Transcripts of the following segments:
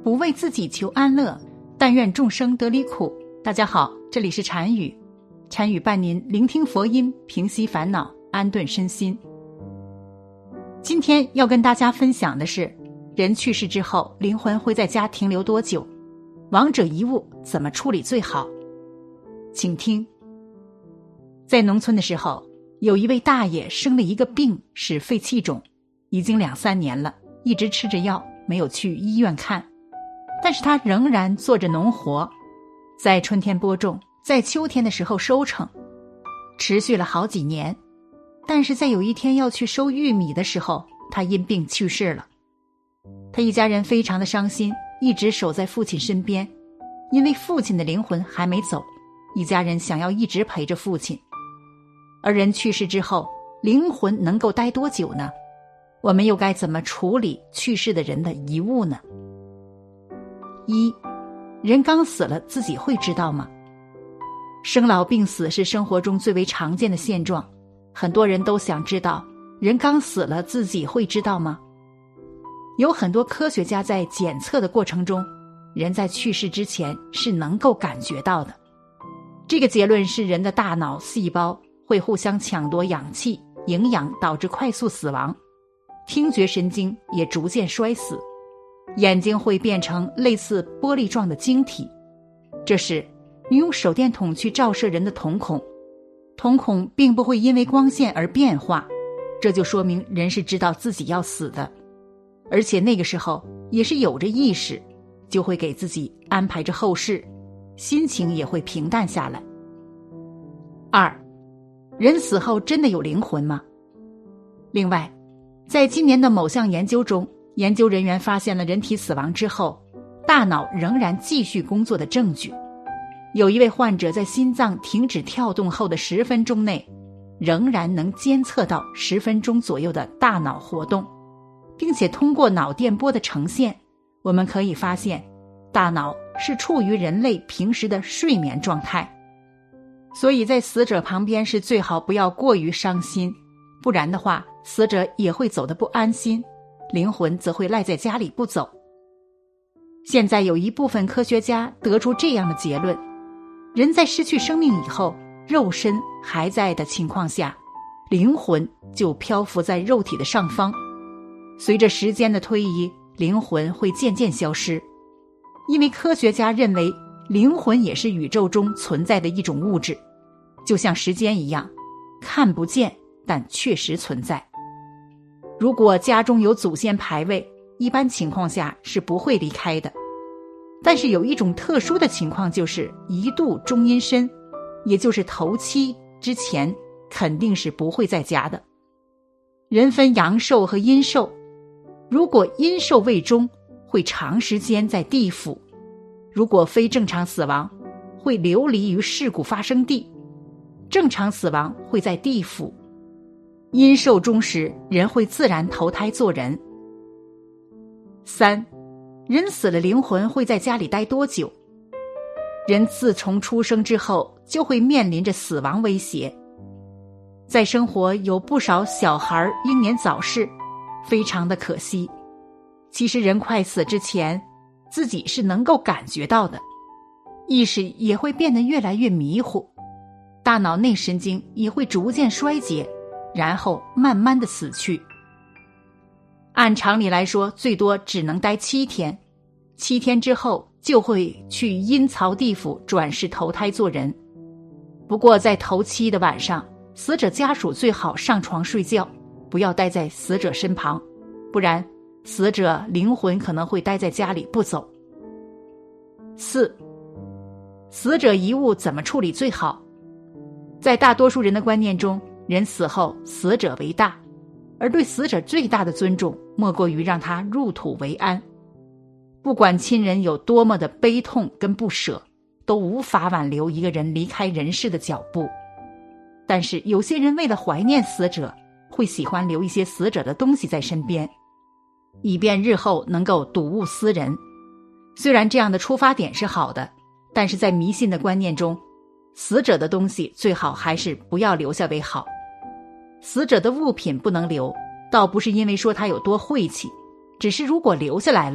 不为自己求安乐，但愿众生得离苦。大家好，这里是禅语，禅语伴您聆听佛音，平息烦恼，安顿身心。今天要跟大家分享的是，人去世之后，灵魂会在家停留多久？亡者遗物怎么处理最好？请听。在农村的时候，有一位大爷生了一个病，是肺气肿，已经2-3年了，一直吃着药，没有去医院看。但是他仍然做着农活，在春天播种，在秋天的时候收成，持续了好几年。但是在有一天要去收玉米的时候，他因病去世了。他一家人非常的伤心，一直守在父亲身边，因为父亲的灵魂还没走，一家人想要一直陪着父亲。而人去世之后，灵魂能够待多久呢？我们又该怎么处理去世的人的遗物呢？一，人刚死了自己会知道吗？生老病死是生活中最为常见的现状，很多人都想知道，人刚死了自己会知道吗？有很多科学家在检测的过程中，人在去世之前是能够感觉到的。这个结论是人的大脑细胞会互相抢夺氧气、营养，导致快速死亡，听觉神经也逐渐衰死，眼睛会变成类似玻璃状的晶体。这时你用手电筒去照射人的瞳孔，瞳孔并不会因为光线而变化，这就说明人是知道自己要死的，而且那个时候也是有着意识，就会给自己安排着后事，心情也会平淡下来。2，人死后真的有灵魂吗？另外，在今年的某项研究中，研究人员发现了人体死亡之后，大脑仍然继续工作的证据。有一位患者在心脏停止跳动后的10分钟内，仍然能监测到10分钟左右的大脑活动，并且通过脑电波的呈现，我们可以发现，大脑是处于人类平时的睡眠状态。所以在死者旁边是最好不要过于伤心，不然的话，死者也会走得不安心，灵魂则会赖在家里不走。现在有一部分科学家得出这样的结论，人在失去生命以后，肉身还在的情况下，灵魂就漂浮在肉体的上方，随着时间的推移，灵魂会渐渐消失。因为科学家认为灵魂也是宇宙中存在的一种物质，就像时间一样，看不见但确实存在。如果家中有祖先牌位，一般情况下是不会离开的。但是有一种特殊的情况，就是一度中阴身，也就是头七之前肯定是不会在家的。人分阳寿和阴寿，如果阴寿未终，会长时间在地府；如果非正常死亡，会流离于事故发生地；正常死亡会在地府。阴寿终时，人会自然投胎做人。3，人死了灵魂会在家里待多久？人自从出生之后就会面临着死亡威胁。在生活有不少小孩英年早逝，非常的可惜。其实人快死之前，自己是能够感觉到的，意识也会变得越来越迷糊，大脑内神经也会逐渐衰竭，然后慢慢的死去。按常理来说，最多只能待7天，7天之后就会去阴曹地府转世投胎做人。不过在头七的晚上，死者家属最好上床睡觉，不要待在死者身旁，不然死者灵魂可能会待在家里不走。4，死者遗物怎么处理最好？在大多数人的观念中，人死后死者为大，而对死者最大的尊重莫过于让他入土为安。不管亲人有多么的悲痛跟不舍，都无法挽留一个人离开人世的脚步。但是有些人为了怀念死者，会喜欢留一些死者的东西在身边，以便日后能够睹物思人。虽然这样的出发点是好的，但是在迷信的观念中，死者的东西最好还是不要留下为好。死者的物品不能留，倒不是因为说他有多晦气，只是如果留下来了，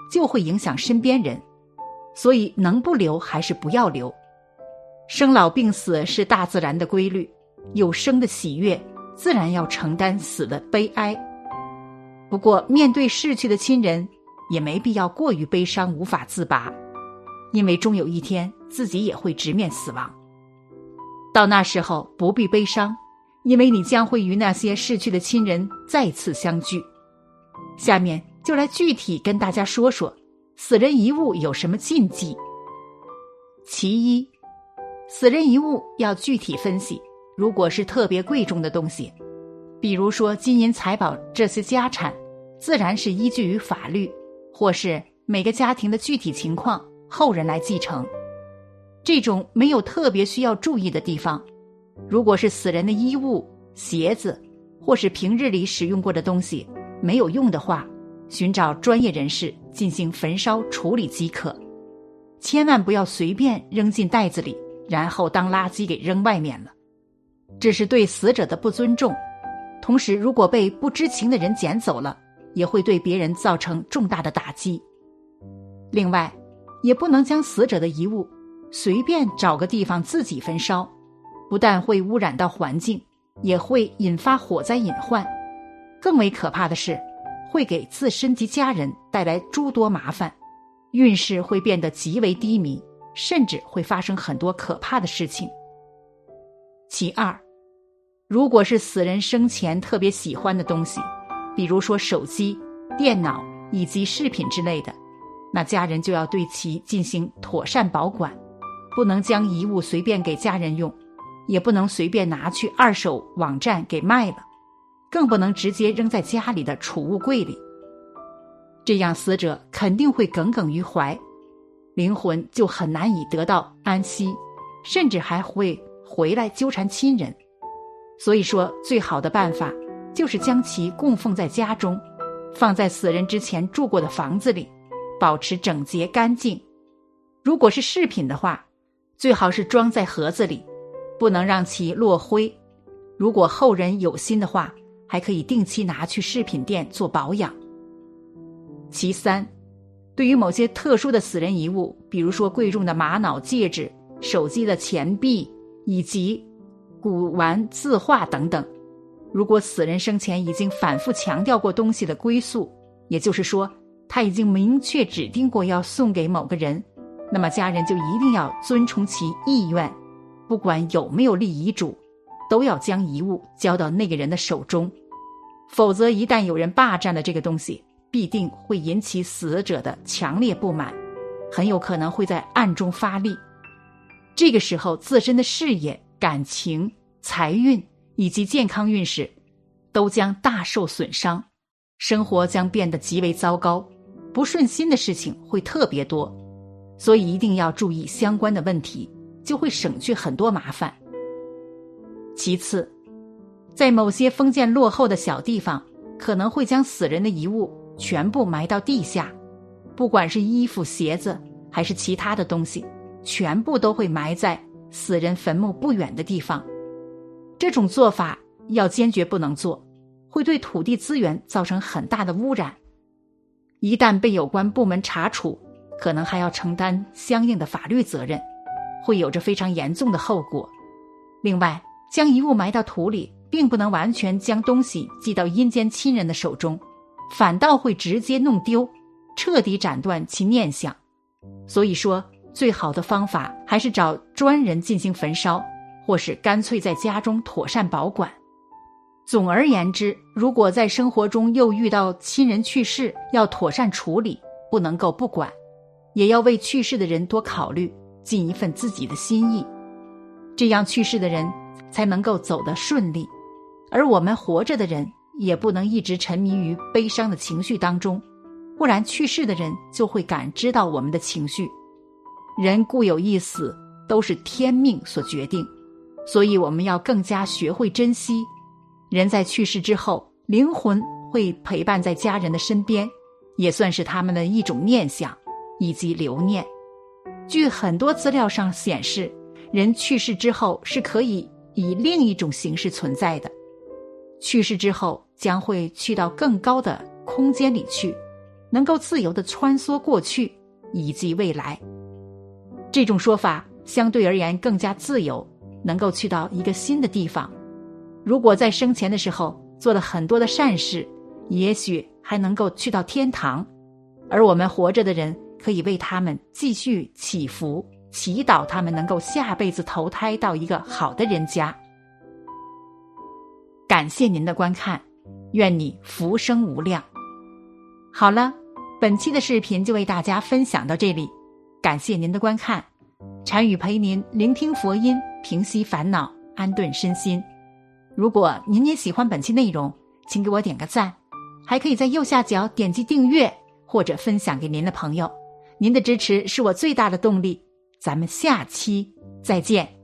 就会影响身边人，所以能不留还是不要留。生老病死是大自然的规律，有生的喜悦，自然要承担死的悲哀。不过面对逝去的亲人，也没必要过于悲伤无法自拔，因为终有一天自己也会直面死亡。到那时候不必悲伤，因为你将会与那些逝去的亲人再次相聚。下面就来具体跟大家说说死人遗物有什么禁忌。其一，死人遗物要具体分析，如果是特别贵重的东西，比如说金银财宝这些家产，自然是依据于法律或是每个家庭的具体情况，后人来继承。这种没有特别需要注意的地方，如果是死人的衣物、鞋子或是平日里使用过的东西没有用的话，寻找专业人士进行焚烧处理即可，千万不要随便扔进袋子里，然后当垃圾给扔外面了，这是对死者的不尊重。同时如果被不知情的人捡走了，也会对别人造成重大的打击。另外，也不能将死者的遗物随便找个地方自己焚烧，不但会污染到环境，也会引发火灾隐患。更为可怕的是，会给自身及家人带来诸多麻烦，运势会变得极为低迷，甚至会发生很多可怕的事情。其二，如果是死人生前特别喜欢的东西，比如说手机、电脑以及饰品之类的，那家人就要对其进行妥善保管，不能将遗物随便给家人用，也不能随便拿去二手网站给卖了，更不能直接扔在家里的储物柜里。这样死者肯定会耿耿于怀，灵魂就很难以得到安息，甚至还会回来纠缠亲人。所以说，最好的办法就是将其供奉在家中，放在死人之前住过的房子里，保持整洁干净。如果是饰品的话，最好是装在盒子里，不能让其落灰。如果后人有心的话，还可以定期拿去饰品店做保养。其三，对于某些特殊的死人遗物，比如说贵重的玛瑙戒指、手机的钱币以及古玩字画等等，如果死人生前已经反复强调过东西的归宿，也就是说他已经明确指定过要送给某个人，那么家人就一定要遵从其意愿，不管有没有立遗嘱，都要将遗物交到那个人的手中。否则一旦有人霸占了这个东西，必定会引起死者的强烈不满，很有可能会在暗中发力。这个时候自身的事业、感情、财运以及健康运势都将大受损伤，生活将变得极为糟糕，不顺心的事情会特别多。所以一定要注意相关的问题，就会省去很多麻烦。其次，在某些封建落后的小地方，可能会将死人的遗物全部埋到地下，不管是衣服、鞋子还是其他的东西，全部都会埋在死人坟墓不远的地方。这种做法要坚决不能做，会对土地资源造成很大的污染。一旦被有关部门查处，可能还要承担相应的法律责任，会有着非常严重的后果。另外，将遗物埋到土里，并不能完全将东西寄到阴间亲人的手中，反倒会直接弄丢，彻底斩断其念想。所以说，最好的方法还是找专人进行焚烧，或是干脆在家中妥善保管。总而言之，如果在生活中又遇到亲人去世，要妥善处理，不能够不管，也要为去世的人多考虑，尽一份自己的心意，这样去世的人才能够走得顺利。而我们活着的人也不能一直沉迷于悲伤的情绪当中，不然去世的人就会感知到我们的情绪。人固有一死，都是天命所决定，所以我们要更加学会珍惜。人在去世之后，灵魂会陪伴在家人的身边，也算是他们的一种念想以及留念。据很多资料上显示，人去世之后是可以以另一种形式存在的，去世之后将会去到更高的空间里去， 能够自由地穿梭过去以及未来。这种说法相对而言更加自由，能够去到一个新的地方。如果在生前的时候做了很多的善事，也许还能够去到天堂，而我们活着的人可以为他们继续祈福，祈祷他们能够下辈子投胎到一个好的人家。感谢您的观看，愿你福生无量。好了，本期的视频就为大家分享到这里，感谢您的观看。禅语陪您聆听佛音，平息烦恼，安顿身心。如果您也喜欢本期内容，请给我点个赞，还可以在右下角点击订阅或者分享给您的朋友。您的支持是我最大的动力。咱们下期再见。